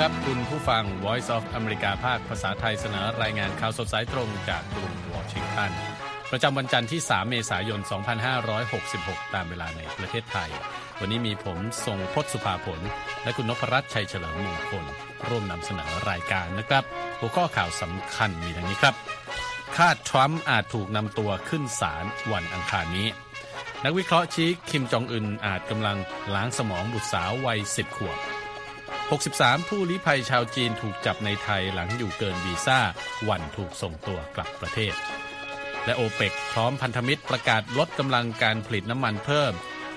ครับคุณผู้ฟัง Voice of America ภาคภาษาไทยเสนอรายงานข่าวสดสายตรงจากกรุงวอชิงตันประจำวันจันทร์ที่3เมษายน2566ตามเวลาในประเทศไทยวันนี้มีผมทรงพจน์สุภาผลและคุณนพรัตน์ชัยเฉลิมมงคลร่วมนำเสนอรายการนะครับหัวข้อข่าวสำคัญมีดังนี้ครับคาดทรัมป์อาจถูกนำตัวขึ้นศาลวันอังคารนี้นักวิเคราะห์ชี้คิมจองอึนอาจกำลังล้างสมองบุตรสาววัย10 ขวบ63ผู้ลี้ภัยชาวจีนถูกจับในไทยหลังอยู่เกินวีซ่าวันถูกส่งตัวกลับประเทศและโอเปกพร้อมพันธมิตรประกาศลดกำลังการผลิตน้ำมันเพิ่ม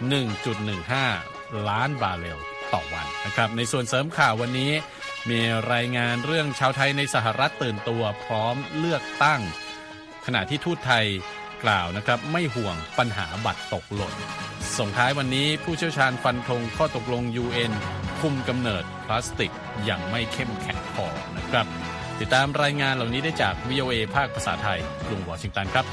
1.15 ล้านบาร์เรลต่อวันนะครับในส่วนเสริมข่าววันนี้มีรายงานเรื่องชาวไทยในสหรัฐตื่นตัวพร้อมเลือกตั้งขณะที่ทูตไทยกล่าวนะครับไม่ห่วงปัญหาบัตรตกหล่นส่งท้ายวันนี้ผู้เชี่ยวชาญฟันธงข้อตกลง UN คุมกำเนิดพลาสติกยังไม่เข้มแข็งพอนะครับติดตามรายงานเหล่านี้ได้จาก VOA ภาคภาษาไทยกรุงวอชิงตันครับ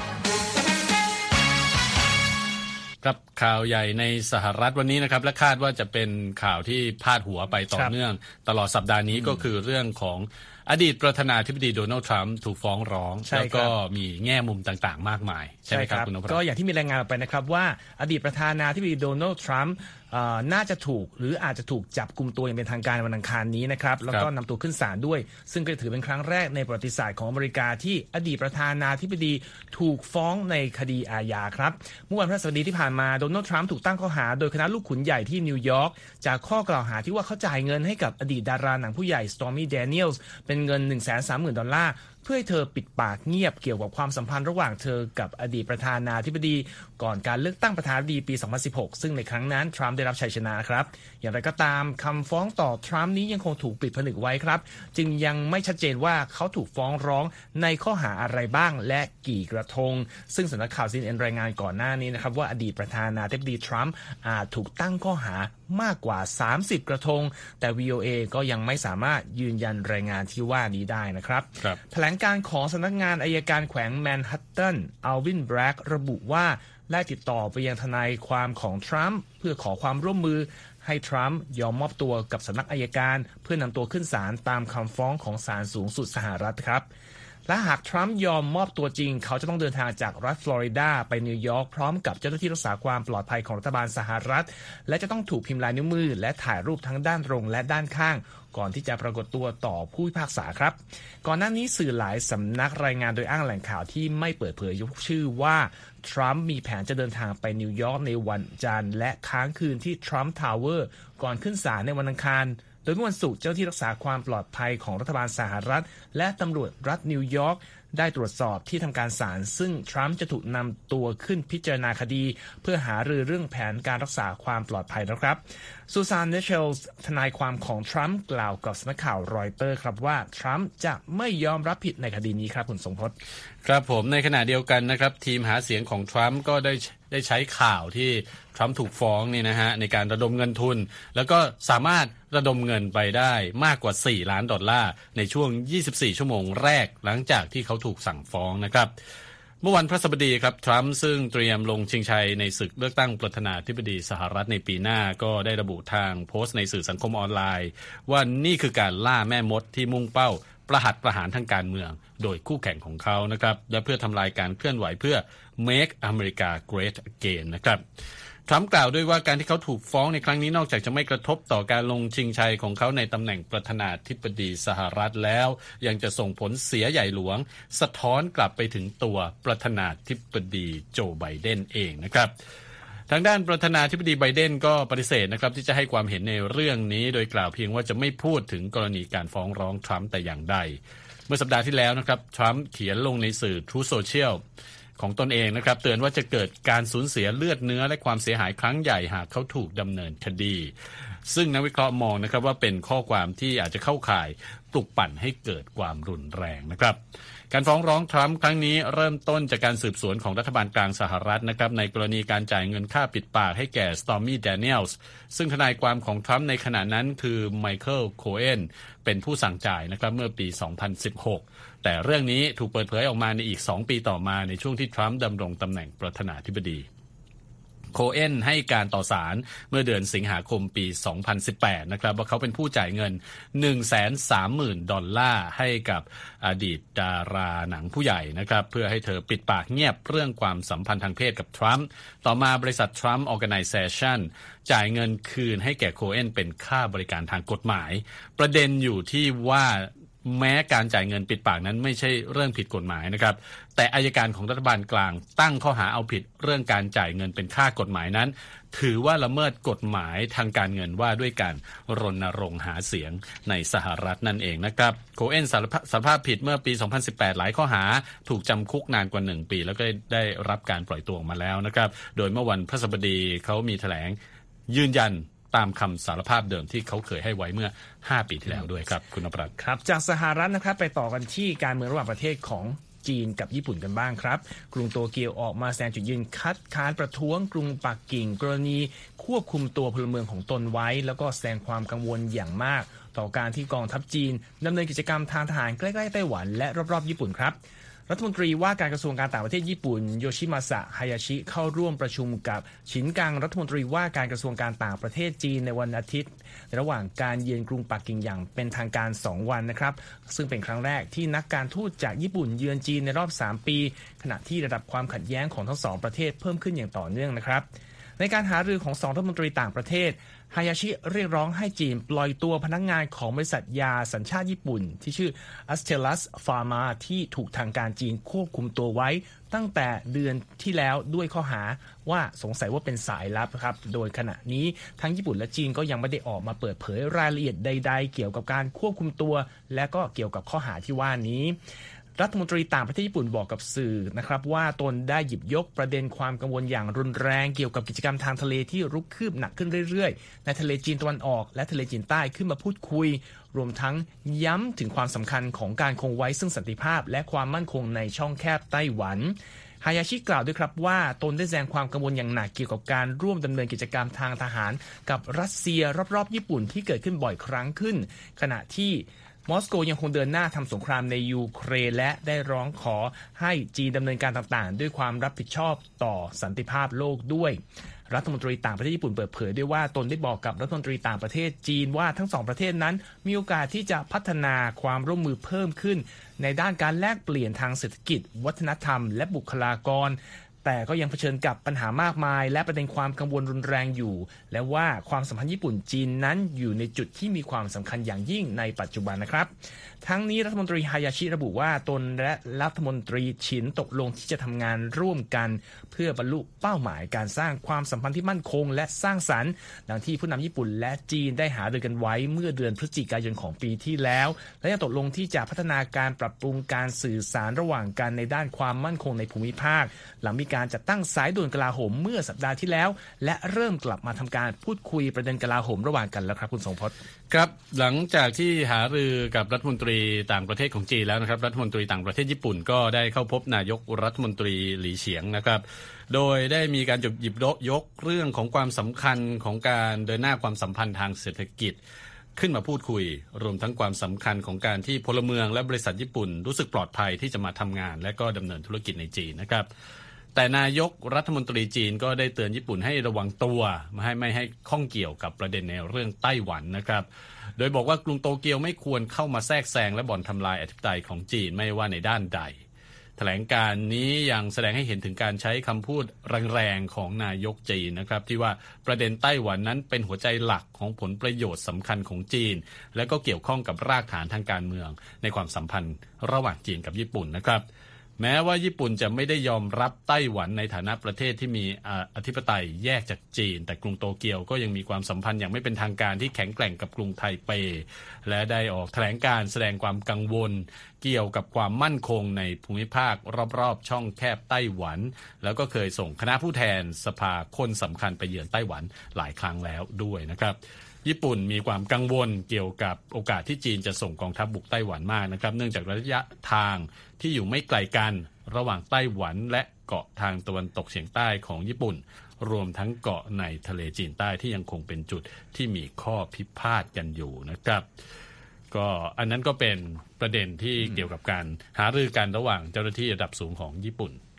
ครับข่าวใหญ่ในสหรัฐวันนี้นะครับและคาดว่าจะเป็นข่าวที่พาดหัวไปต่อเนื่องตลอดสัปดาห์นี้ก็คือเรื่องของอดีตประธานาธิบดีโดนัลด์ทรัมป์ถูกฟ้องร้องแล้วก็มีแง่มุมต่างๆมากมายใช่ไหมครับคุณนพรัตน์ก็อย่างที่มีรายงานออกไปนะครับว่าอดีตประธานาธิบดีโดนัลด์ทรัมป์น่าจะถูกหรืออาจจะถูกจับกุมตัวอย่างเป็นทางการวันอังคารนี้นะครับแล้วก็นำตัวขึ้นศาลด้วยซึ่งก็ถือเป็นครั้งแรกในประวัติศาสตร์ของอเมริกาที่อดีตประธานาธิบดีถูกฟ้องในคดีอาญาครับเมื่อวันพฤหัสบดีที่ผ่านมาโดนัลด์ทรัมป์ถูกตั้งข้อหาโดยคณะลูกขุนใหญ่ที่นิวยอร์กจากข้อกล่าวหาที่ว่าเขาจ่ายเงินให้กับอดีตดาราหนังผู้ใหญ่ Stormy Daniels เป็นเงิน $130,000 เพื่อให้เธอปิดปากเงียบเกี่ยวกับความสัมพันธ์ระหว่างเธอกับอดีตประธานาธิบดีก่อนการเลือกตั้งประธานาธิบดีปี 2016 ซึ่งในครั้งนั้นทรัมป์ได้รับชัยชนะครับอย่างไรก็ตามคำฟ้องต่อทรัมป์นี้ยังคงถูกปิดผนึกไว้ครับจึงยังไม่ชัดเจนว่าเขาถูกฟ้องร้องในข้อหาอะไรบ้างและกี่กระทงซึ่งสำนักข่าว CNN รายงานก่อนหน้านี้นะครับว่าอดีตประธานาธิบดีทรัมป์อาจถูกตั้งข้อหามากกว่า30กระทงแต่ VOA ก็ยังไม่สามารถยืนยันรายงานที่ว่านี้ได้นะครับแถลงการของสำนักงานอัยการแขวงแมนฮัตตันอัลวินแบล็กระบุว่าได้ติดต่อไปยังทนายความของทรัมป์เพื่อขอความร่วมมือให้ทรัมป์ยอมมอบตัวกับสำนักอัยการเพื่อนำตัวขึ้นศาลตามคำฟ้องของศาลสูงสุดสหรัฐครับและหากทรัมป์ยอมมอบตัวจริงเขาจะต้องเดินทางจากรัฐฟลอริดาไปนิวยอร์กพร้อมกับเจ้าหน้าที่รักษาความปลอดภัยของรัฐบาลสหรัฐและจะต้องถูกพิมพ์ลายนิ้วมือและถ่ายรูปทั้งด้านตรงและด้านข้างก่อนที่จะปรากฏตัวต่อผู้พิพากษาครับก่อนหน้านี้สื่อหลายสำนักรายงานโดยอ้างแหล่งข่าวที่ไม่เปิดเผยชื่อว่าทรัมป์มีแผนจะเดินทางไปนิวยอร์กในวันจันทร์และค้างคืนที่ทรัมป์ทาวเวอร์ก่อนขึ้นศาลในวันอังคารโดยเมื่อวันศุกร์เจ้าที่รักษาความปลอดภัยของรัฐบาลสหรัฐและตำรวจรัฐนิวยอร์กได้ตรวจสอบที่ทำการศาลซึ่งทรัมป์จะถูกนำตัวขึ้นพิจารณาคดีเพื่อหารือเรื่องแผนการรักษาความปลอดภัยนะครับซูซานเนเชลส์ทนายความของทรัมป์กล่าวกับสำนักข่าวรอยเตอร์ครับว่าทรัมป์จะไม่ยอมรับผิดในคดีนี้ครับคุณทรงพจน์ครับผมในขณะเดียวกันนะครับทีมหาเสียงของทรัมป์ก็ได้ใช้ข่าวที่ทรัมป์ถูกฟ้องนี่นะฮะในการระดมเงินทุนแล้วก็สามารถระดมเงินไปได้มากกว่า$4 ล้านในช่วง24ชั่วโมงแรกหลังจากที่เขาถูกสั่งฟ้องนะครับเมื่อวันพฤหัสบดีครับทรัมป์ซึ่งเตรียมลงชิงชัยในศึกเลือกตั้งประธานาธิบดีสหรัฐในปีหน้าก็ได้ระบุทางโพสต์ในสื่อสังคมออนไลน์ว่านี่คือการล่าแม่มดที่มุ่งเป้าประหารทางการเมืองโดยคู่แข่งของเขานะครับและเพื่อทำลายการเคลื่อนไหวเพื่อ Make America Great Again นะครับทรัมป์กล่าวด้วยว่าการที่เขาถูกฟ้องในครั้งนี้นอกจากจะไม่กระทบต่อการลงชิงชัยของเขาในตำแหน่งประธานาธิบดีสหรัฐแล้วยังจะส่งผลเสียใหญ่หลวงสะท้อนกลับไปถึงตัวประธานาธิบดีโจไบเดนเองนะครับทางด้านประธานาธิบดีไบเดนก็ปฏิเสธนะครับที่จะให้ความเห็นในเรื่องนี้โดยกล่าวเพียงว่าจะไม่พูดถึงกรณีการฟ้องร้องทรัมป์แต่อย่างใดเมื่อสัปดาห์ที่แล้วนะครับทรัมป์เขียนลงในสื่อ Truth Socialของตนเองนะครับเตือนว่าจะเกิดการสูญเสียเลือดเนื้อและความเสียหายครั้งใหญ่หากเขาถูกดำเนินคดีซึ่งนักวิเคราะห์มองนะครับว่าเป็นข้อความที่อาจจะเข้าข่ายปลุกปั่นให้เกิดความรุนแรงนะครับการฟ้องร้องทรัมป์ครั้งนี้เริ่มต้นจากการสืบสวนของรัฐบาลกลางสหรัฐนะครับในกรณีการจ่ายเงินค่าปิดปากให้แก่ Stormy Daniels ซึ่งทนายความของทรัมป์ในขณะนั้นคือไมเคิลโคเอนเป็นผู้สั่งจ่ายนะครับเมื่อปี 2016แต่เรื่องนี้ถูกเปิดเผยออกมาในอีก2 ปีต่อมาในช่วงที่ทรัมป์ดำรงตำแหน่งประธานาธิบดีโคเอนให้การต่อศาลเมื่อเดือนสิงหาคมปี 2018 นะครับว่าเขาเป็นผู้จ่ายเงิน 130,000 ดอลลาร์ให้กับอดีตดาราหนังผู้ใหญ่นะครับเพื่อให้เธอปิดปากเงียบเรื่องความสัมพันธ์ทางเพศกับทรัมป์ต่อมาบริษัท Trump Organization จ่ายเงินคืนให้แก่โคเอนเป็นค่าบริการทางกฎหมายประเด็นอยู่ที่ว่าแม้การจ่ายเงินปิดปากนั้นไม่ใช่เรื่องผิดกฎหมายนะครับแต่อัยการของรัฐบาลกลางตั้งข้อหาเอาผิดเรื่องการจ่ายเงินเป็นค่ากฎหมายนั้นถือว่าละเมิดกฎหมายทางการเงินว่าด้วยการรณรงค์หาเสียงในสหรัฐนั่นเองนะครับโคเอนสารภาพผิดเมื่อปี 2018 หลายข้อหาถูกจำคุกนานกว่า 1 ปีแล้วก็ได้รับการปล่อยตัวออกมาแล้วนะครับโดยเมื่อวันพฤหัสบดีเขามีแถลงยืนยันตามคำสารภาพเดิมที่เขาเคยให้ไว้เมื่อ5 ปีที่แล้วด้วยครับคุณนพรัตน์ครับจากสหรัฐนะครับไปต่อกันที่การเมืองระหว่างประเทศของจีนกับญี่ปุ่นกันบ้างครับกรุงโตเกียวออกมาแสดงจุดยืนคัดค้านประท้วงกรุงปักกิ่งกรณีควบคุมตัวพลเมืองของตนไว้แล้วก็แสดงความกังวลอย่างมากต่อการที่กองทัพจีนดำเนินกิจกรรมทางทหารใกล้ๆไต้หวันและรอบๆญี่ปุ่นครับรัฐมนตรีว่าการกระทรวงการต่างประเทศญี่ปุ่นโยชิมาสะฮายาชิเข้าร่วมประชุมกับฉินกังรัฐมนตรีว่าการกระทรวงการต่างประเทศจีนในวันอาทิตย์ระหว่างการเยือนกรุงปักกิ่งอย่างเป็นทางการ2 วันนะครับซึ่งเป็นครั้งแรกที่นักการทูตจากญี่ปุ่นเยือนจีนในรอบ3 ปีขณะที่ระดับความขัดแย้งของทั้ง2ประเทศเพิ่มขึ้นอย่างต่อเนื่องนะครับในการหารือของ2รัฐมนตรีต่างประเทศฮายาชิเรียกร้องให้จีนปล่อยตัวพนักงานของบริษัทยาสัญชาติญี่ปุ่นที่ชื่อ Astellas Pharma ที่ถูกทางการจีนควบคุมตัวไว้ตั้งแต่เดือนที่แล้วด้วยข้อหาว่าสงสัยว่าเป็นสายลับครับโดยขณะนี้ทั้งญี่ปุ่นและจีนก็ยังไม่ได้ออกมาเปิดเผยรายละเอียดใดๆเกี่ยวกับการควบคุมตัวและก็เกี่ยวกับข้อหาที่ว่านี้รัฐมนตรีต่างประเทศญี่ปุ่นบอกกับสื่อนะครับว่าตนได้หยิบยกประเด็นความกังวลอย่างรุนแรงเกี่ยวกับกิจกรรมทางทะเลที่รุกคืบหนักขึ้นเรื่อยๆในทะเลจีนตะวันออกและทะเลจีนใต้ขึ้นมาพูดคุยรวมทั้งย้ำถึงความสำคัญของการคงไว้ซึ่งสันติภาพและความมั่นคงในช่องแคบไต้หวันฮายาชิกล่าวด้วยครับว่าตนได้แสดงความกังวลอย่างหนักเกี่ยวกับการร่วมดำเนินกิจกรรมทางทหารกับรัสเซียรอบๆญี่ปุ่นที่เกิดขึ้นบ่อยครั้งขึ้นขณะที่มอสโกยังคงเดินหน้าทำสงครามในยูเครนและได้ร้องขอให้จีนดำเนินการต่างๆด้วยความรับผิดชอบต่อสันติภาพโลกด้วยรัฐมนตรีต่างประเทศญี่ปุ่นเปิดเผยด้วยว่าตนได้บอกกับรัฐมนตรีต่างประเทศจีนว่าทั้ง2ประเทศนั้นมีโอกาสที่จะพัฒนาความร่วมมือเพิ่มขึ้นในด้านการแลกเปลี่ยนทางเศรษฐกิจวัฒนธรรมและบุคลากรแต่ก็ยังเผชิญกับปัญหามากมายและประเด็นความกังวลรุนแรงอยู่และว่าความสัมพันธ์ญี่ปุ่นจีนนั้นอยู่ในจุดที่มีความสำคัญอย่างยิ่งในปัจจุบันนะครับทั้งนี้รัฐมนตรีฮายาชิระบุว่าตนและรัฐมนตรีฉินตกลงที่จะทำงานร่วมกันเพื่อบรรลุเป้าหมายการสร้างความสัมพันธ์ที่มั่นคงและสร้างสรรค์ดังที่ผู้นำญี่ปุ่นและจีนได้หารือกันไว้เมื่อเดือนพฤศจิกายนของปีที่แล้วและยังตกลงที่จะพัฒนาการปรับปรุงการสื่อสารระหว่างกันในด้านความมั่นคงในภูมิภาคหลังมีการจัดตั้งสายด่วนกลาโหมเมื่อสัปดาห์ที่แล้วและเริ่มกลับมาทำการพูดคุยประเด็นกลาโหมระหว่างกันแล้วครับคุณทรงพจน์ครับหลังจากที่หารือกับรัฐมนตรีต่างประเทศของจีนแล้วนะครับรัฐมนตรีต่างประเทศญี่ปุ่นก็ได้เข้าพบนายกรัฐมนตรีหลี่เฉียงนะครับโดยได้มีการหยิบยกเรื่องของความสำคัญของการเดินหน้าความสัมพันธ์ทางเศรษฐกิจขึ้นมาพูดคุยรวมทั้งความสำคัญของการที่พลเมืองและบริษัทญี่ปุ่นรู้สึกปลอดภัยที่จะมาทำงานและก็ดำเนินธุรกิจในจีนนะครับแต่นายกรัฐมนตรีจีนก็ได้เตือนญี่ปุ่นให้ระวังตัวไม่ให้ข้องเกี่ยวกับประเด็นในเรื่องไต้หวันนะครับโดยบอกว่ากรุงโตเกียวไม่ควรเข้ามาแทรกแซงและบ่อนทำลายอธิปไตยของจีนไม่ว่าในด้านใดแถลงการนี้ยังแสดงให้เห็นถึงการใช้คำพูดแรงๆของนายกจีนนะครับที่ว่าประเด็นไต้หวันนั้นเป็นหัวใจหลักของผลประโยชน์สำคัญของจีนและก็เกี่ยวข้องกับรากฐานทางการเมืองในความสัมพันธ์ระหว่างจีนกับญี่ปุ่นนะครับแม้ว่าญี่ปุ่นจะไม่ได้ยอมรับไต้หวันในฐานะประเทศที่มีอธิปไตยแยกจากจีนแต่กรุงโตเกียวก็ยังมีความสัมพันธ์อย่างไม่เป็นทางการที่แข็งแกร่งกับกรุงไทเปและได้ออกแถลงการแสดงความกังวลเกี่ยวกับความมั่นคงในภูมิภาครอบๆช่องแคบไต้หวันแล้วก็เคยส่งคณะผู้แทนสภาคนสำคัญไปเยือนไต้หวันหลายครั้งแล้วด้วยนะครับญี่ปุ่นมีความกังวลเกี่ยวกับโอกาสที่จีนจะส่งกองทัพบุกไต้หวันมากนะครับเนื่องจากระยะทางที่อยู่ไม่ไกลกันระหว่างไต้หวันและเกาะทางตะวันตกเฉียงใต้ของญี่ปุ่นรวมทั้งเกาะในทะเลจีนใต้ที่ยังคงเป็นจุดที่มีข้อพิพาทกันอยู่นะครับก็อันนั้นก็เป็นประเด็นที่เกี่ยวกับการหารือกันระหว่างเจ้าหน้าที่ระดับสูงของญี่ปุ่น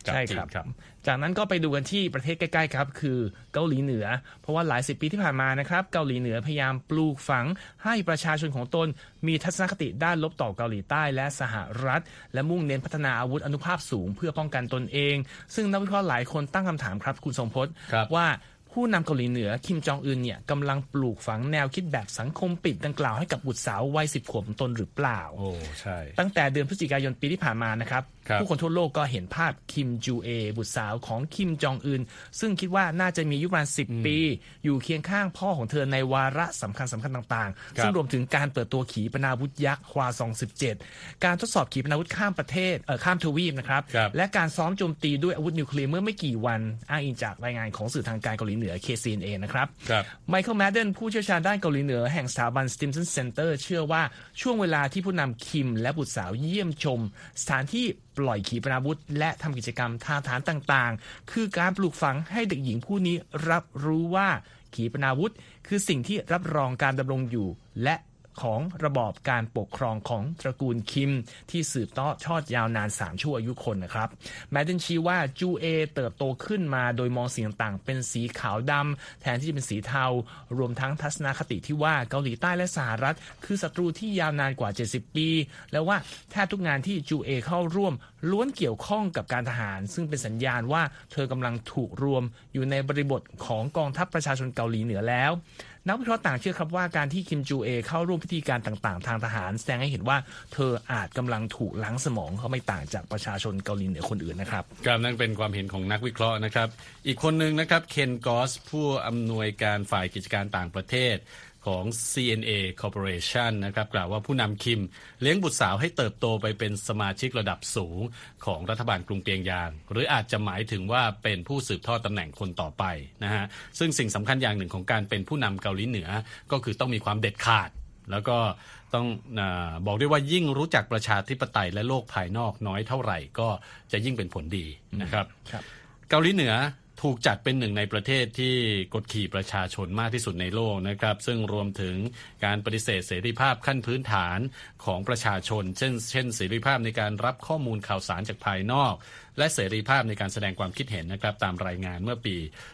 กับใช่จีคน รับครับจากนั้นก็ไปดูกันที่ประเทศใกล้ๆครับคือเกาหลีเหนือเพราะว่าหลายสิบปีที่ผ่านมานะครับเกาหลีเหนือพยายามปลูกฝังให้ประชาชนของตนมีทัศนคติด้านลบต่อเกาหลีใต้และสหรัฐและมุ่งเน้นพัฒนาอาวุธอานุภาพสูงเพื่อป้องกันตนเองซึ่งนักวิเคราะห์หลายคนตั้งคำถามครับคุณทรงพจน์ว่าผู้นำเกาหลีเหนือคิมจองอึนเนี่ยกำลังปลูกฝังแนวคิดแบบสังคมปิดดังกล่าวให้กับบุตรสาววัย10 ขวบของตนหรือเปล่าโอ้ใช่ตั้งแต่เดือนพฤศจิกายนปีที่ผ่านมานะครับผู้คนทั่วโลกก็เห็นภาพคิมจูเอบุตรสาวของคิมจองอึนซึ่งคิดว่าน่าจะมีอายุประมาณ10 ปีอยู่เคียงข้างพ่อของเธอในวาระสำคัญต่างๆซึ่งรวมถึงการเปิดตัวขีปนาวุธยักษ์ฮวาซอง17การทดสอบขีปนาวุธข้ามประเทศข้ามทวีปนะครับและการซ้อมโจมตีด้วยอาวุธนิวเคลียร์เมื่อไม่กี่วันอ้างอิงจากรายงานของสื่อทางการเกาหลีเหนือ KCNA นะครับไมเคิลแมดเดนผู้เชี่ยวชาญด้านเกาหลีเหนือแห่งสถาบัน Stimson Center เชื่อว่าช่วงเวลาที่ผู้นำคิมและบุตรสาวเยี่ยมชมสถานที่ปล่อยขีปนาวุธและทำกิจกรรมทางทหารต่างๆคือการปลูกฝังให้เด็กหญิงผู้นี้รับรู้ว่าขีปนาวุธคือสิ่งที่รับรองการดำรงอยู่และของระบอบการปกครองของตระกูลคิมที่สืบทอดยาวนาน3 ชั่วอายุคนนะครับแมดเดนชี้ว่าจูเอเติบโตขึ้นมาโดยมองสิ่งต่างๆเป็นสีขาวดำแทนที่จะเป็นสีเทารวมทั้งทัศนคติที่ว่าเกาหลีใต้และสหรัฐคือศัตรูที่ยาวนานกว่า70 ปีแล้วว่าแทบทุกงานที่จูเอเข้าร่วมล้วนเกี่ยวข้องกับการทหารซึ่งเป็นสัญญาณว่าเธอกำลังถูกรวมอยู่ในบริบทของกองทัพประชาชนเกาหลีเหนือแล้วนักวิเคราะห์ต่างเชื่อครับว่าการที่คิมจูเอเข้าร่วมพิธีการต่างๆทางทหารแสดงให้เห็นว่าเธออาจกำลังถูกล้างสมองเขาไม่ต่างจากประชาชนเกาหลีเหนือคนอื่นนะครับครับนั่นเป็นความเห็นของนักวิเคราะห์นะครับอีกคนหนึ่งนะครับเคนกอสผู้อำนวยการฝ่ายกิจการต่างประเทศของ CNA Corporation นะครับกล่าวว่าผู้นำคิมเลี้ยงบุตรสาวให้เติบโตไปเป็นสมาชิกระดับสูงของรัฐบาลกรุงเปียงยางหรืออาจจะหมายถึงว่าเป็นผู้สืบทอดตำแหน่งคนต่อไปนะฮะซึ่งสิ่งสำคัญอย่างหนึ่งของการเป็นผู้นำเกาหลีเหนือก็คือต้องมีความเด็ดขาดแล้วก็ต้องบอกด้วยว่ายิ่งรู้จักประชาธิปไตยและโลกภายนอกน้อยเท่าไหร่ก็จะยิ่งเป็นผลดีนะครับเกาหลีเหนือถูกจัดเป็นหนึ่งในประเทศที่กดขี่ประชาชนมากที่สุดในโลกนะครับซึ่งรวมถึงการปฏิเสธเสรีภาพขั้นพื้นฐานของประชาชนเช่นเสรีภาพในการรับข้อมูลข่าวสารจากภายนอกและเสรีภาพในการแสดงความคิดเห็นนะครับตามรายงานเมื่อปี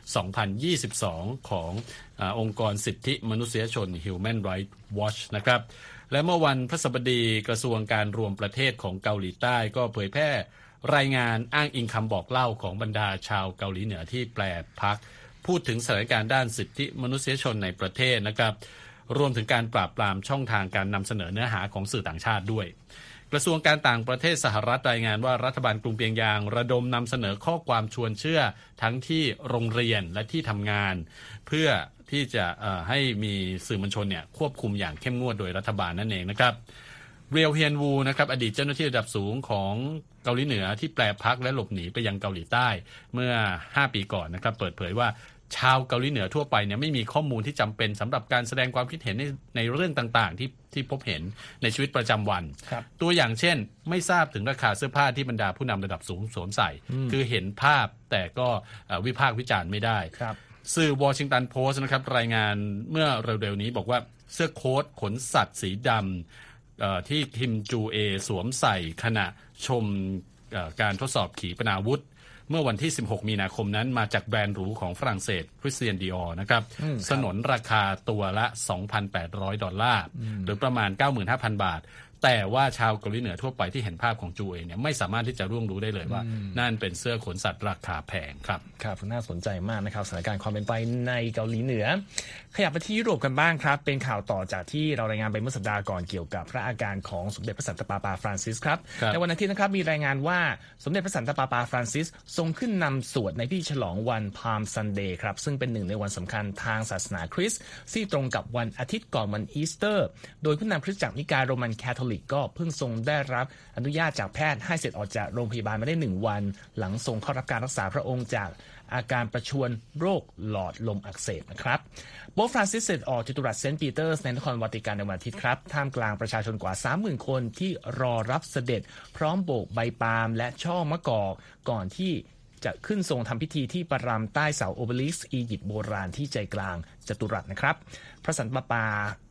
2022 ขององค์กรสิทธิมนุษยชน Human Rights Watch นะครับและเมื่อวันพฤหัสบดีกระทรวงการรวมประเทศของเกาหลีใต้ก็เผยแพร่รายงานอ้างอิงคำบอกเล่าของบรรดาชาวเกาหลีเหนือที่แปลพักพูดถึงสถานการณ์ด้านสิทธิมนุษยชนในประเทศนะครับรวมถึงการปราบปรามช่องทางการนำเสนอเนื้อหาของสื่อต่างชาติด้วยกระทรวงการต่างประเทศสหรัฐรายงานว่ารัฐบาลกรุงเปียงยางระดมนำเสนอข้อความชวนเชื่อทั้งที่โรงเรียนและที่ทำงานเพื่อที่จะให้มีสื่อมวลชนเนี่ยควบคุมอย่างเข้มงวดโดยรัฐบาลนั่นเองนะครับเรียวเฮียนวูนะครับอดีตเจ้าหน้าที่ระดับสูงของเกาหลีเหนือที่แปรพักและหลบหนีไปยังเกาหลีใต้เมื่อ5 ปีก่อนนะครับเปิดเผยว่าชาวเกาหลีเหนือทั่วไปเนี่ยไม่มีข้อมูลที่จำเป็นสำหรับการแสดงความคิดเห็นในเรื่องต่างๆที่พบเห็นในชีวิตประจำวันตัวอย่างเช่นไม่ทราบถึงราคาเสื้อผ้าที่บรรดาผู้นำระดับสูงสวมใส่คือเห็นภาพแต่ก็วิพากษ์วิจารณ์ไม่ได้สื่อวอชิงตันโพสต์นะครับรายงานเมื่อเร็วๆนี้บอกว่าเสื้อโค้ทขนสัตว์สีดำที่คิมจูเอสวมใส่ขณะชมการทดสอบขีปนาวุธเมื่อวันที่16 มีนาคมนั้นมาจากแบรนด์หรูของฝรั่งเศสคริสเตียนดิออร์นะครับสนนราคาตัวละ $2,800 หรือประมาณ 95,000 บาทแต่ว่าชาวเกาหลีเหนือทั่วไปที่เห็นภาพของจูเอเนี่ยไม่สามารถที่จะร่วงรู้ได้เลยว่านั่นเป็นเสื้อขนสัตว์ราคาแพงครับครับน่าสนใจมากนะครับสถานการณ์ความเป็นไปในเกาหลีเหนือขยับไปที่ยุโรปกันบ้างครับเป็นข่าวต่อจากที่เรารายงานไปเมื่อสัปดาห์ก่อนเกี่ยวกับพระอาการของสมเด็จพระสันตะปาปาฟรานซิสครับในวันอาทิตย์นะครับมีรายงานว่าสมเด็จพระสันตะปาปาฟรานซิสทรงขึ้นนำสวดในพิธีฉลองวันพาล์มซันเดย์ครับซึ่งเป็นหนึ่งในวันสำคัญทางศาสนาคริสต์ที่ตรงกับวันอาทิตย์ก่อนวันอีสเตอร์โดยผู้นำคริสตจักรนิกายโรมันคาทอลิกก็เพิ่งทรงได้รับอนุญาตจากแพทย์ให้เสร็จออกจากโรงพยาบาลมาได้1 วันหลังทรงเข้ารับการรักษาพระองค์จากอาการประชวรโรคหลอดลมอักเสบนะครับโป๊ปฟรานซิสเสร็จออกจตุรัสเซนต์ปีเตอร์สในนครวาติกันในวันอาทิตย์ครับท่ามกลางประชาชนกว่า 30,000 คนที่รอรับเสด็จพร้อมโบกใบปาล์มและช่อมะกอกก่อนที่จะขึ้นทรงทำพิธีที่ประรำใต้เสาโอเบลิสก์อียิปต์โบราณที่ใจกลางจตุรัสนะครับพระสันตะปาปา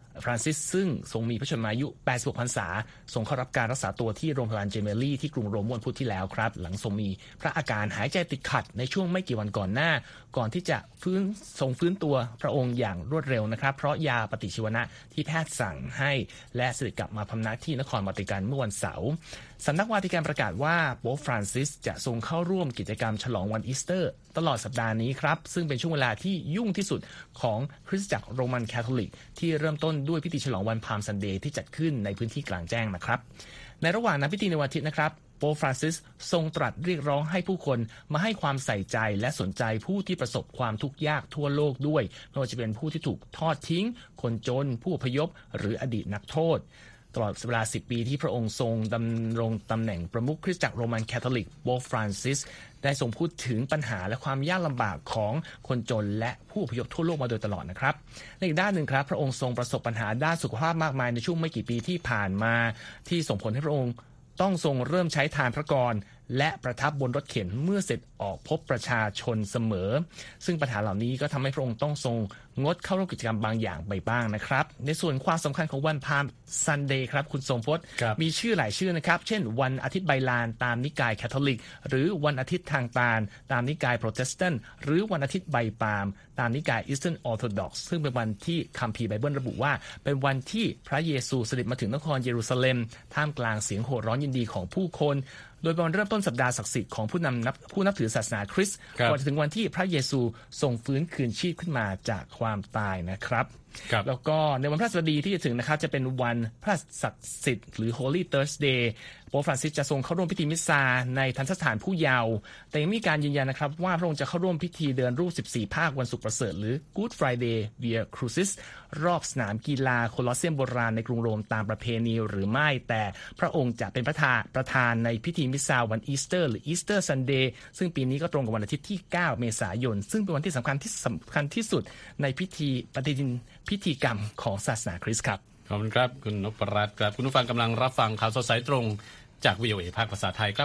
ฟรานซิสซึ่งทรงมีพระชนมายุ86 พรรษาทรงเข้ารับการรักษาตัวที่โรงพยาบาลเจเมลี่ที่กรุงโรมวันพุธที่แล้วครับหลังทรงมีพระอาการหายใจติดขัดในช่วงไม่กี่วันก่อนหน้าก่อนที่จะฟื้นตัวพระองค์อย่างรวดเร็วนะครับเพราะยาปฏิชีวนะที่แพทย์สั่งให้และเสด็จกลับมาพำนักที่นครวาติกันเมื่อวันเสาร์สำนักวาติกันประกาศว่าโป๊ปฟรานซิสจะทรงเข้าร่วมกิจกรรมฉลองวันอีสเตอร์ตลอดสัปดาห์นี้ครับซึ่งเป็นช่วงเวลาที่ยุ่งที่สุดของคริสตจักรโรมันคาทอลิกที่เริ่มต้นด้วยพิธีฉลองวันพาล์มซันเดย์ที่จัดขึ้นในพื้นที่กลางแจ้งนะครับในระหว่างนั้นพิธีในวันอาทิตย์นะครับโป๊ปฟรานซิสทรงตรัสเรียกร้องให้ผู้คนมาให้ความใส่ใจและสนใจผู้ที่ประสบความทุกข์ยากทั่วโลกด้วยไม่ว่าจะเป็นผู้ที่ถูกทอดทิ้งคนจนผู้อพยพหรืออดีตนักโทษตลอดเวลา10 ปีที่พระองค์ทรงดำรงตำแหน่งประมุขคริสตจักรโรมันคาทอลิกโป๊ปฟรานซิสได้ทรงพูดถึงปัญหาและความยากลำบากของคนจนและผู้อพยพทั่วโลกมาโดยตลอดนะครับในอีกด้านหนึ่งครับพระองค์ทรงประสบปัญหาด้านสุขภาพมากมายในช่วงไม่กี่ปีที่ผ่านมาที่ส่งผลให้พระองค์ต้องทรงเริ่มใช้ทานพระกรและประทับบนรถเข็นเมื่อเสร็จออกพบประชาชนเสมอซึ่งปัญหาเหล่านี้ก็ทำให้พระองค์ต้องทรงงดเข้าร่วมกิจกรรมบางอย่างไปบ้างนะครับในส่วนความสำคัญของวันพาล์มซันเดย์ครับคุณทรงพจน์มีชื่อหลายชื่อนะครับเช่นวันอาทิตย์ใบลานตามนิกายคาทอลิกหรือวันอาทิตย์ทางตาลตามนิกายโปรเตสแตนต์หรือวันอาทิตย์ใบปาล์มตามนิกายอีสเทิร์นออร์โธดอกซ์ซึ่งเป็นวันที่คัมภีร์ไบเบิลระบุว่าเป็นวันที่พระเยซูเสด็จมาถึงนครเยรูซาเล็มท่ามกลางเสียงโห่ร้องยินดีของผู้คนโดยวันเริ่มต้นสัปดาห์ศักดิ์สิทธิ์ของผู้นับถือศาสนาคริสต์ก่อนจะถึงวันที่พระเยซูทรงฟื้นคืนชีพขึ้นมาจากความตายนะครับแล้วก็ในวันพฤหัสบดีที่จะถึงนะครับจะเป็นวันพระศักดิ์สิทธิ์หรือ Holy Thursday โป๊ปฟรานซิสจะทรงเข้าร่วมพิธีมิสซาในทันสถานผู้เยาว์แต่ยังมีการยืนยันนะครับว่าพระองค์จะเข้าร่วมพิธีเดินรูป14 ภาควันศุกร์ประเสริฐหรือ Good Friday Via Crucis รอบสนามกีฬาโคลอสเซียมโบราณในกรุงโรมตามประเพณีหรือไม่แต่พระองค์จะเป็นประธานในพิธีมิสซาวันอีสเตอร์หรืออีสเตอร์ซันเดย์ซึ่งปีนี้ก็ตรงกับวันอาทิตย์ที่9 เมษายนซึ่งเป็นวันที่สำคัญที่สุดในพิธีกรรมของศาสนาคริสต์ครับขอบคุณครับคุณนพรัตน์ครับคุณผู้ฟังกำลังรับฟังข่าวสดสายตรงจาก VOA ภาคภาษาไทยครับ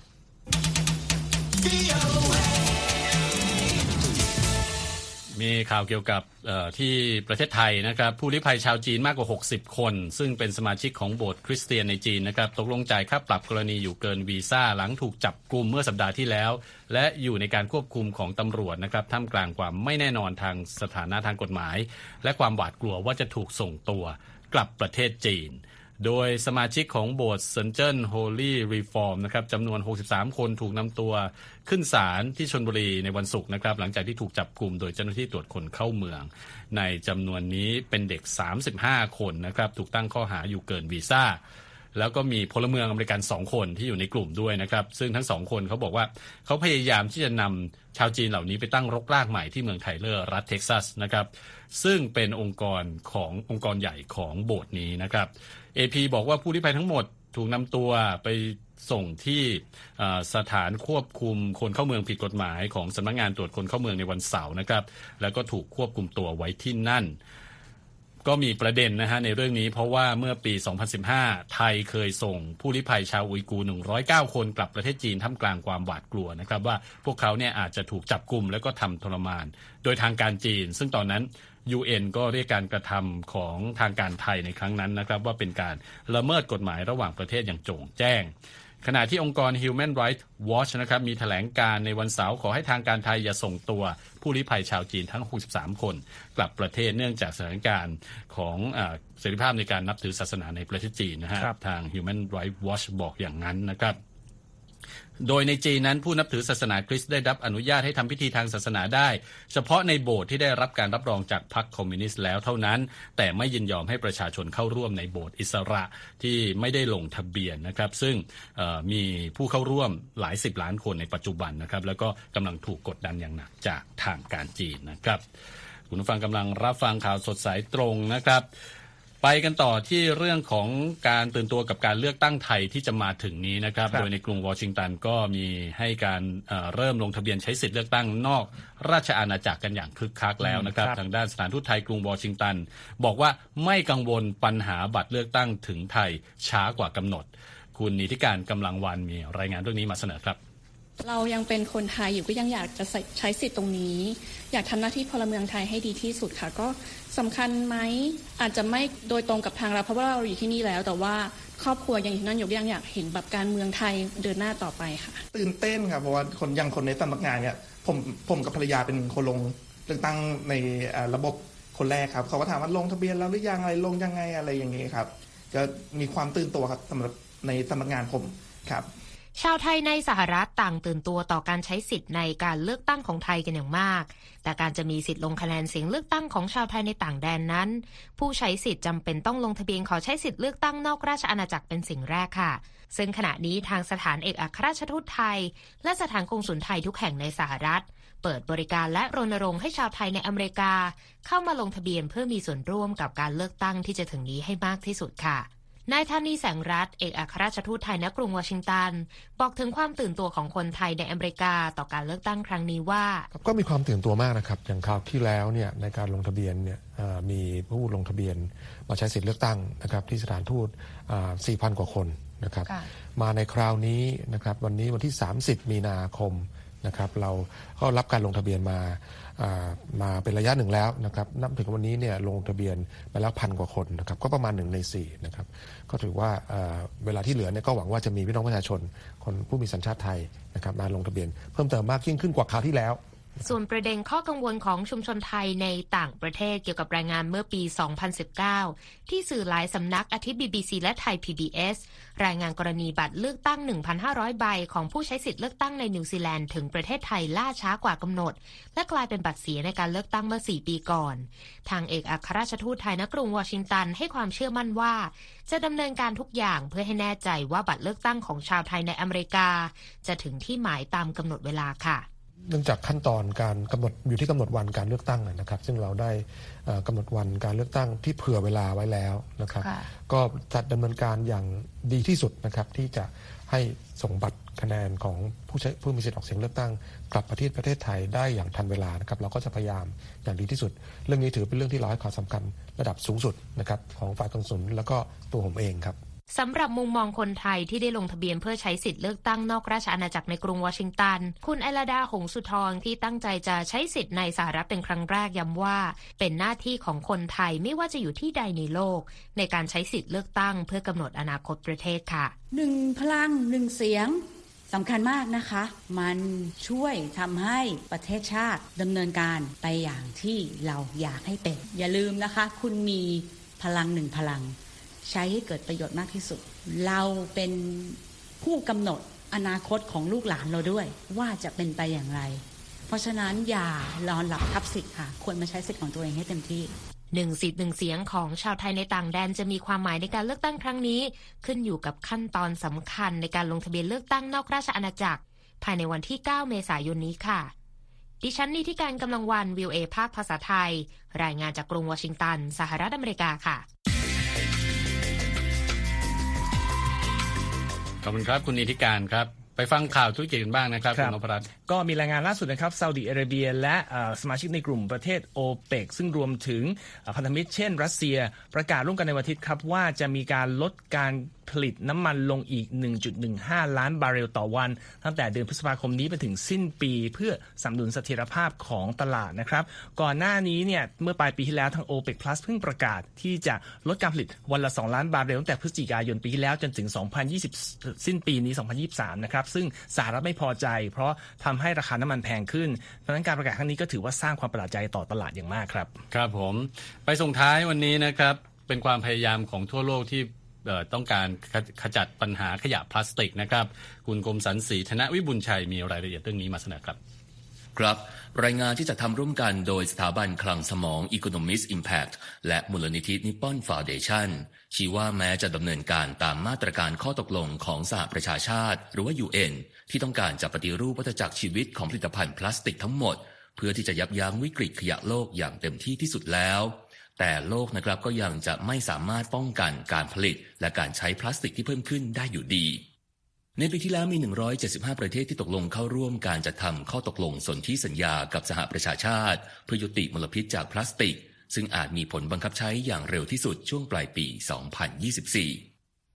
มีข่าวเกี่ยวกับที่ประเทศไทยนะครับผู้ลี้ภัยชาวจีนมากกว่า60 คนซึ่งเป็นสมาชิกของโบสถ์คริสเตียนในจีนนะครับตกลงจ่ายค่าปรับกรณีอยู่เกินวีซ่าหลังถูกจับกุมเมื่อสัปดาห์ที่แล้วและอยู่ในการควบคุมของตำรวจนะครับท่ามกลางความไม่แน่นอนทางสถานะทางกฎหมายและความหวาดกลัวว่าจะถูกส่งตัวกลับประเทศจีนโดยสมาชิกของโบสถ์เซินเจิ้นโฮลี่รีฟอร์มนะครับจำนวน63 คนถูกนำตัวขึ้นศาลที่ชลบุรีในวันศุกร์นะครับหลังจากที่ถูกจับกุมโดยเจ้าหน้าที่ตรวจคนเข้าเมืองในจำนวนนี้เป็นเด็ก35 คนนะครับถูกตั้งข้อหาอยู่เกินวีซ่าแล้วก็มีพลเมืองอเมริกัน2 คนที่อยู่ในกลุ่มด้วยนะครับซึ่งทั้ง2 คนเขาบอกว่าเขาพยายามที่จะนำชาวจีนเหล่านี้ไปตั้งรกรากใหม่ที่เมืองไทเลอร์รัฐเท็กซัสนะครับซึ่งเป็นองค์กรใหญ่ของโบสถ์นี้นะครับAP บอกว่าผู้ลี้ภัยทั้งหมดถูกนำตัวไปส่งที่สถานควบคุมคนเข้าเมืองผิดกฎหมายของสำนักงานตรวจคนเข้าเมืองในวันเสาร์นะครับแล้วก็ถูกควบคุมตัวไว้ที่นั่นก็มีประเด็นนะฮะในเรื่องนี้เพราะว่าเมื่อปี 2015 ไทยเคยส่งผู้ลี้ภัยชาวอุยกูร์109 คนกลับประเทศจีนท่ามกลางความหวาดกลัวนะครับว่าพวกเขาเนี่ยอาจจะถูกจับกุมแล้วก็ทำทรมานโดยทางการจีนซึ่งตอนนั้น UN ก็เรียกการกระทำของทางการไทยในครั้งนั้นนะครับว่าเป็นการละเมิดกฎหมายระหว่างประเทศอย่างโจ่งแจ้งขณะที่องค์กร Human Rights Watch นะครับมีแถลงการในวันเสาร์ขอให้ทางการไทยอย่าส่งตัวผู้ลี้ภัยชาวจีนทั้ง63 คนกลับประเทศเนื่องจากสถานการณ์ของเสรีภาพในการนับถือศาสนาในประเทศจีนนะฮะทาง Human Rights Watch บอกอย่างนั้นนะครับโดยในจีนนั้นผู้นับถือศาสนาคริสต์ได้รับอนุญาตให้ทำพิธีทางศาสนาได้เฉพาะในโบสถ์ที่ได้รับการรับรองจากพรรคคอมมิวนิสต์แล้วเท่านั้นแต่ไม่ยินยอมให้ประชาชนเข้าร่วมในโบสถ์อิสระที่ไม่ได้ลงทะเบียนนะครับซึ่งมีผู้เข้าร่วมหลาย10 ล้านคนในปัจจุบันนะครับแล้วก็กำลังถูกกดดันอย่างหนักจากทางการจีนนะครับคุณผู้ฟังกำลังรับฟังข่าวสดสายตรงนะครับไปกันต่อที่เรื่องของการตื่นตัวกับการเลือกตั้งไทยที่จะมาถึงนี้นะครับโดยในกรุงวอชิงตันก็มีให้การเริ่มลงทะเบียนใช้สิทธิ์เลือกตั้งนอกราชอาณาจักรกันอย่างคึกคักแล้วนะครับทางด้านสถานทูตไทยกรุงวอชิงตันบอกว่าไม่กังวลปัญหาบัตรเลือกตั้งถึงไทยช้ากว่ากำหนดคุณนิติการกำลังวันมีรายงานเรื่องนี้มาเสนอครับเรายังเป็นคนไทยอยู่ก็ยังอยากจะใช้สิทธิ์ตรงนี้อยากทำหน้าที่พลเมืองไทยให้ดีที่สุดค่ะก็สำคัญไหมอาจจะไม่โดยตรงกับทางเราเพราะว่าเราอยู่ที่นี่แล้วแต่ว่าครอบครัวอย่างนั้นยังอยากเห็นแบบการเมืองไทยเดินหน้าต่อไปค่ะตื่นเต้นครับเพราะว่าคนในสำนักงานเนี่ยผมกับภรรยาเป็นคนลงเลือกตั้งในระบบคนแรกครับเขาก็ถามว่าลงทะเบียนแล้วหรือยังอะไรลงยังไงอะไรอย่างเงี้ยครับก็มีความตื่นตัวครับสำหรับในสำนักงานผมครับชาวไทยในสหรัฐต่างตื่นตัวต่อการใช้สิทธิ์ในการเลือกตั้งของไทยกันอย่างมากแต่การจะมีสิทธิ์ลงคะแนนเสียงเลือกตั้งของชาวไทยในต่างแดนนั้นผู้ใช้สิทธิ์จำเป็นต้องลงทะเบียนขอใช้สิทธิ์เลือกตั้งนอกราชอาณาจักรเป็นสิ่งแรกค่ะซึ่งขณะนี้ทางสถานเอกอัครราชทูตไทยและสถานกงสุลไทยทุกแห่งในสหรัฐเปิดบริการและรณรงค์ให้ชาวไทยในอเมริกาเข้ามาลงทะเบียนเพื่อมีส่วนร่วมกับการเลือกตั้งที่จะถึงนี้ให้มากที่สุดค่ะนายธานีแสงรัตน์เอกอัครราชทูตไทยณกรุงวอชิงตันบอกถึงความตื่นตัวของคนไทยในอเมริกาต่อการเลือกตั้งครั้งนี้ว่าก็มีความตื่นตัวมากนะครับอย่างคราวที่แล้วเนี่ยในการลงทะเบียนเนี่ยมีผู้ลงทะเบียนมาใช้สิทธิเลือกตั้งนะครับที่สถานทูต 4,000 กว่าคนนะครับมาในคราวนี้นะครับวันนี้วันที่30มีนาคมนะครับเราก็รับการลงทะเบียนมาเป็นระยะหนึ่งแล้วนะครับนับถึงวันนี้เนี่ยลงทะเบียนไปแล้ว1,000 กว่าคนนะครับก็ประมาณ1 ใน 4นะครับก็ถือว่าเวลาที่เหลือเนี่ยก็หวังว่าจะมีพี่น้องประชาชนคนผู้มีสัญชาติไทยนะครับมาลงทะเบียนเพิ่มเติมมากยิ่งขึ้นกว่าคราวที่แล้วส่วนประเด็นข้อกังวลของชุมชนไทยในต่างประเทศเกี่ยวกับรายงานเมื่อปี 2019 ที่สื่อหลายสำนักอาทิ BBC และไทย PBS รายงานกรณีบัตรเลือกตั้ง 1,500 ใบของผู้ใช้สิทธิ์เลือกตั้งในนิวซีแลนด์ถึงประเทศไทยล่าช้ากว่ากำหนดและกลายเป็นบัตรเสียในการเลือกตั้งเมื่อ 4 ปีก่อนทางเอกอัครราชทูตไทยณกรุงวอชิงตันให้ความเชื่อมั่นว่าจะดำเนินการทุกอย่างเพื่อให้แน่ใจว่าบัตรเลือกตั้งของชาวไทยในอเมริกาจะถึงที่หมายตามกำหนดเวลาค่ะเนื่องจากขั้นตอนการกำหนดอยู่ที่กำหนดวันการเลือกตั้งนะครับซึ่งเราได้กำหนดวันการเลือกตั้งที่เผื่อเวลาไว้แล้วนะครับก็จะดำเนินการอย่างดีที่สุดนะครับที่จะให้ส่งบัตรคะแนนของผู้มีสิทธิ์ออกเสียงเลือกตั้งกลับประเทศไทยได้อย่างทันเวลานะครับเราก็จะพยายามอย่างดีที่สุดเรื่องนี้ถือเป็นเรื่องที่เราให้ความสำคัญระดับสูงสุดนะครับของฝ่ายกงสุลแล้วก็ตัวผมเองครับสำหรับมุมมองคนไทยที่ได้ลงทะเบียนเพื่อใช้สิทธิ์เลือกตั้งนอกราชอาณาจักรในกรุงวอชิงตันคุณไอลาดาหงสุทองที่ตั้งใจจะใช้สิทธิ์ในสหรัฐเป็นครั้งแรกย้ำว่าเป็นหน้าที่ของคนไทยไม่ว่าจะอยู่ที่ใดในโลกในการใช้สิทธิ์เลือกตั้งเพื่อกำหนดอนาคตประเทศค่ะ 1 พลัง 1 เสียงสำคัญมากนะคะมันช่วยทำให้ประเทศชาติดำเนินการไปอย่างที่เราอยากให้เป็นอย่าลืมนะคะคุณมีพลัง1 พลังใช้ให้เกิดประโยชน์มากที่สุดเราเป็นผู้กำหนดอนาคตของลูกหลานเราด้วยว่าจะเป็นไปอย่างไรเพราะฉะนั้นอย่านอนหลับทับสิทธิ์ค่ะควรมาใช้สิทธิ์ของตัวเองให้เต็มที่ 1 สิทธิ์ 1 เสียงของชาวไทยในต่างแดนจะมีความหมายในการเลือกตั้งครั้งนี้ขึ้นอยู่กับขั้นตอนสำคัญในการลงทะเบียนเลือกตั้งนอกราชอาณาจักรภายในวันที่ 9 เมษายนนี้ค่ะดิฉันนิติการกำลังวัน VOA ภาคภาษาไทยรายงานจากกรุงวอชิงตันสหรัฐอเมริกาค่ะขอบคุณครับคุณนิติการครับไปฟังข่าวธุรกิจกันบ้างนะครับคุณนพรัตน์ก็มีรายงานล่าสุดนะครับซาอุดิอาระเบียและสมาชิกในกลุ่มประเทศโอเปกซึ่งรวมถึงพันธมิตรเช่นรัสเซียประกาศร่วมกันในวันอาทิตย์ครับว่าจะมีการลดการผลิตน้ำมันลงอีก 1.15 ล้านบาร์เรลต่อวันตั้งแต่เดือนพฤษภาคมนี้ไปถึงสิ้นปีเพื่อสนับสนุนเสถียรภาพของตลาดนะครับก่อนหน้านี้เนี่ยเมื่อปลายปีที่แล้วทาง OPEC Plus เพิ่งประกาศที่จะลดการผลิตวันละ2 ล้านบาร์เรลตั้งแต่พฤศจิกายนปีที่แล้วจนถึง2020สิ้นปีนี้2023นะครับซึ่งสหรัฐไม่พอใจเพราะทำให้ราคาน้ำมันแพงขึ้นเพราะฉะนั้นการประกาศครั้งนี้ก็ถือว่าสร้างความประหลาดใจต่อตลาดอย่างมากครับครับผมไปส่งท้ายวันนี้นะครับเป็นความพยายามของทั่วโลกที่ต้องการขจัดปัญหาขยะพลาสติกนะครับคุณกรมสรรศรีธนวิบุญชัยมีรายละเอียดเรื่องนี้มาเสนอครับครับรายงานที่จะทำร่วมกันโดยสถาบันคลังสมอง Economist Impact และมูลนิธิ Nippon Foundation ชี้ว่าแม้จะดำเนินการตามมาตรการข้อตกลงของสหประชาชาติหรือว่า UN ที่ต้องการจะปฏิรูปวัฏจักรชีวิตของผลิตภัณฑ์พลาสติกทั้งหมดเพื่อที่จะยับยั้งวิกฤตขยะโลกอย่างเต็มที่ที่สุดแล้วแต่โลกนะครับก็ยังจะไม่สามารถป้องกันการผลิตและการใช้พลาสติกที่เพิ่มขึ้นได้อยู่ดีในปีที่แล้วมี175ประเทศที่ตกลงเข้าร่วมการจัดทำข้อตกลงสนธิสัญญากับสหประชาชาติเพื่อยุติมลพิษจากพลาสติกซึ่งอาจมีผลบังคับใช้อย่างเร็วที่สุดช่วงปลายปี 2024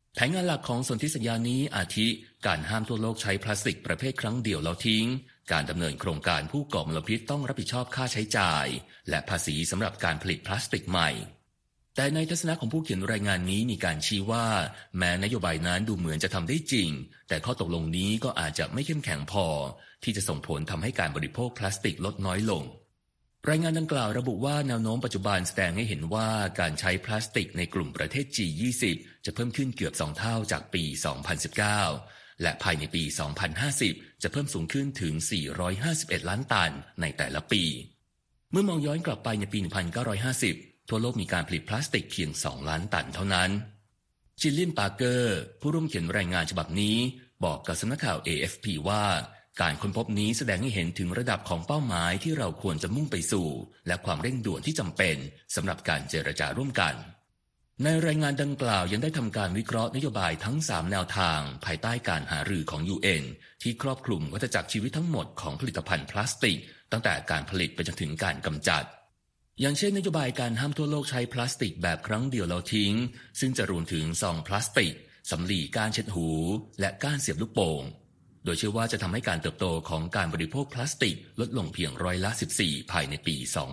แผนงานหลักของสนธิสัญญานี้อาทิการห้ามทั่วโลกใช้พลาสติกประเภทครั้งเดียวแล้วทิ้งการดำเนินโครงการผู้ก่อมลพิษต้องรับผิดชอบค่าใช้จ่ายและภาษีสำหรับการผลิตพลาสติกใหม่แต่ในทัศนะของผู้เขียนรายงานนี้มีการชี้ว่าแม้นโยบายนั้นดูเหมือนจะทำได้จริงแต่ข้อตกลงนี้ก็อาจจะไม่เข้มแข็งพอที่จะส่งผลทำให้การบริโภคพลาสติกลดน้อยลงรายงานดังกล่าวระบุว่าแนวโน้มปัจจุบันแสดงให้เห็นว่าการใช้พลาสติกในกลุ่มประเทศ G20 จะเพิ่มขึ้นเกือบ2เท่าจากปี 2019 และภายในปี 2050 จะเพิ่มสูงขึ้นถึง 451 ล้านตันในแต่ละปีเมื่อมองย้อนกลับไปในปี 1950 ทั่วโลกมีการผลิตพลาสติกเพียง 2 ล้านตันเท่านั้นจิลเลียน ปาร์เกอร์ผู้ร่วมเขียนรายงานฉบับนี้บอกกับสำนักข่าว AFP ว่าการค้นพบนี้แสดงให้เห็นถึงระดับของเป้าหมายที่เราควรจะมุ่งไปสู่และความเร่งด่วนที่จำเป็นสำหรับการเจรจาร่วมกันในรายงานดังกล่าวยังได้ทำการวิเคราะห์นโยบายทั้ง3แนวทางภายใต้การหารือของ UN ที่ครอบคลุมวัฏจักรชีวิตทั้งหมดของผลิตภัณฑ์พลาสติกตั้งแต่การผลิตไปจนถึงการกำจัดอย่างเช่นนโยบายการห้ามทั่วโลกใช้พลาสติกแบบครั้งเดียวแล้วทิ้งซึ่งจะรวมถึงซองพลาสติกสำลีก้านเช็ดหูและก้านเสียบลูกโป่งโดยเชื่อว่าจะทำให้การเติบโตของการบริโภคพลาสติกลดลงเพียง14%ภายในปี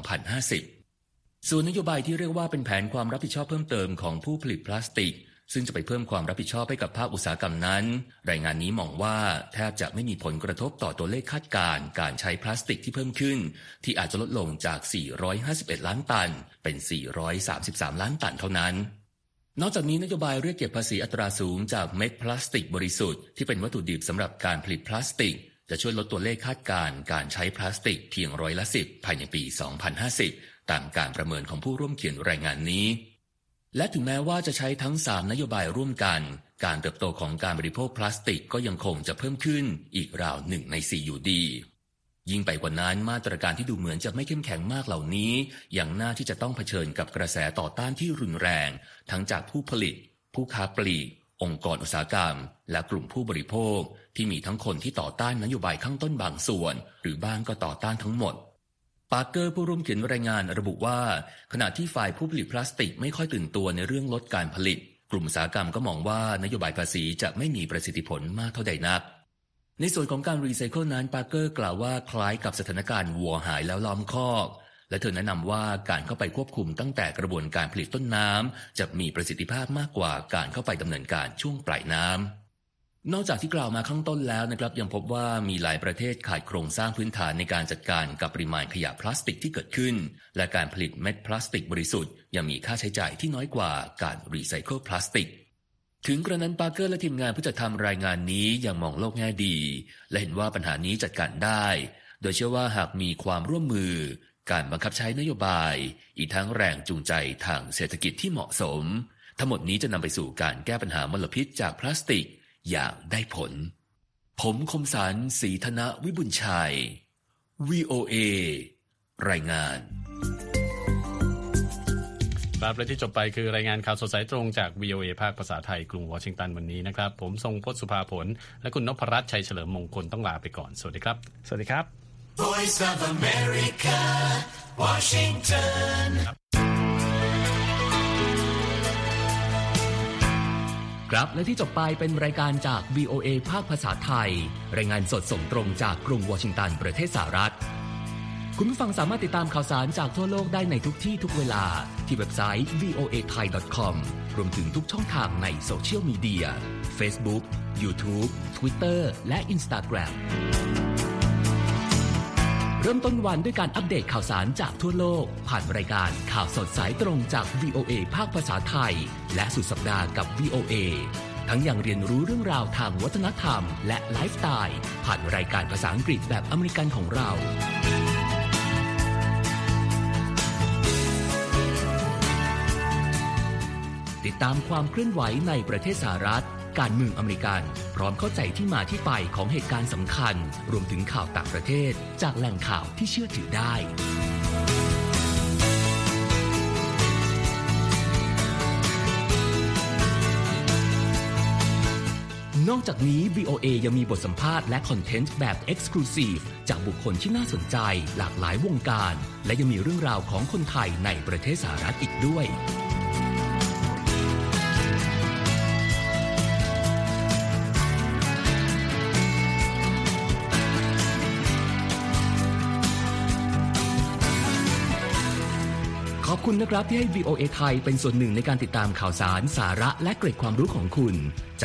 2050 ส่วนนโยบายที่เรียกว่าเป็นแผนความรับผิดชอบเพิ่มเติมของผู้ผลิตพลาสติกซึ่งจะไปเพิ่มความรับผิดชอบให้กับภาคอุตสาหกรรมนั้นรายงานนี้มองว่าแทบจะไม่มีผลกระทบต่อตัวเลขคาดการณ์การใช้พลาสติกที่เพิ่มขึ้นที่อาจจะลดลงจาก451ล้านตันเป็น433ล้านตันเท่านั้นนอกจากนี้นโยบายเรียกเก็บภาษีอัตราสูงจากเม็ดพลาสติกบริสุทธิ์ที่เป็นวัตถุดิบสำหรับการผลิตพลาสติกจะช่วยลดตัวเลขคาดการณ์การใช้พลาสติกเพียง10%ภายในปี 2050 ตามการประเมินของผู้ร่วมเขียนรายงานนี้และถึงแม้ว่าจะใช้ทั้ง3นโยบายร่วมกันการเติบโตของการบริโภคพลาสติกก็ยังคงจะเพิ่มขึ้นอีกราว1 ใน 4อยู่ดียิ่งไปกว่านั้นมาตรการที่ดูเหมือนจะไม่เข้มแข็งมากเหล่านี้ยังน่าที่จะต้องเผชิญกับกระแสต่อต้านที่รุนแรงทั้งจากผู้ผลิตผู้ค้าปลีกองค์กรอุตสาหกรรมและกลุ่มผู้บริโภคที่มีทั้งคนที่ต่อต้านนโยบายข้างต้นบางส่วนหรือบ้างก็ต่อต้านทั้งหมดปาร์เกอร์ผู้ร่วมเขียนรายงานระบุว่าขณะที่ฝ่ายผู้ผลิตพลาสติกไม่ค่อยตื่นตัวในเรื่องลดการผลิตกลุ่มอุตสาหกรรมก็มองว่านโยบายภาษีจะไม่มีประสิทธิผลมากเท่าใดนักในส่วนของการรีไซเคิลนั้นปาร์เกอร์กล่าวว่าคล้ายกับสถานการณ์วัวหายแล้วล้อมคอกและเธอแนะนำว่าการเข้าไปควบคุมตั้งแต่กระบวนการผลิตต้นน้ำจะมีประสิทธิภาพมากกว่าการเข้าไปดำเนินการช่วงปลายน้ำนอกจากที่กล่าวมาข้างต้นแล้วนะครับยังพบว่ามีหลายประเทศขาดโครงสร้างพื้นฐานในการจัดการกับปริมาณขยะพลาสติกที่เกิดขึ้นและการผลิตเม็ดพลาสติกบริสุทธิ์ยังมีค่าใช้จ่ายที่น้อยกว่าการรีไซเคิลพลาสติกถึงกระนั้นปาร์เกอร์และทีมงานผู้จัดทำรายงานนี้ยังมองโลกแง่ดีและเห็นว่าปัญหานี้จัดการได้โดยเชื่อว่าหากมีความร่วมมือการบังคับใช้นโยบายอีกทั้งแรงจูงใจทางเศรษฐกิจที่เหมาะสมทั้งหมดนี้จะนำไปสู่การแก้ปัญหามลพิษจากพลาสติกอย่างได้ผลผมคมสันต์ ศรีธนวิบุญชัย VOA รายงานครับและที่จบไปคือรายงานข่าวสดสายตรงจาก VOA ภาคภาษาไทยกรุงวอชิงตันวันนี้นะครับผมทรงพจน์สุภาผลและคุณนพรัตน์ชัยเฉลิมมงคลต้องลาไปก่อนสวัสดีครับสวัสดีครับ Voice of America Washington ครับและที่จบไปเป็นรายการจาก VOA ภาคภาษาไทยรายงานสดส่งตรงจากกรุงวอชิงตันประเทศสหรัฐคุณผู้ฟังสามารถติดตามข่าวสารจากทั่วโลกได้ในทุกที่ทุกเวลาที่เว็บไซต์ voathai.com รวมถึงทุกช่องทางในโซเชียลมีเดีย Facebook, YouTube, Twitter และ Instagram เริ่มต้นวันด้วยการอัปเดตข่าวสารจากทั่วโลกผ่านรายการข่าวสดสายตรงจาก VOA ภาคภาษาไทยและสุดสัปดาห์กับ VOA ทั้งยังเรียนรู้เรื่องราวทางวัฒนธรรมและไลฟ์สไตล์ผ่านรายการภาษาอังกฤษแบบอเมริกันของเราติดตามความเคลื่อนไหวในประเทศสหรัฐการเมืองอเมริกันพร้อมเข้าใจที่มาที่ไปของเหตุการณ์สำคัญรวมถึงข่าวต่างประเทศจากแหล่งข่าวที่เชื่อถือได้นอกจากนี้ VOA ยังมีบทสัมภาษณ์และคอนเทนต์แบบ Exclusive จากบุคคลที่น่าสนใจหลากหลายวงการและยังมีเรื่องราวของคนไทยในประเทศสหรัฐอีกด้วยคุณนะครับที่ให้ VOA ไทยเป็นส่วนหนึ่งในการติดตามข่าวสารสาระและเกร็ดความรู้ของคุณ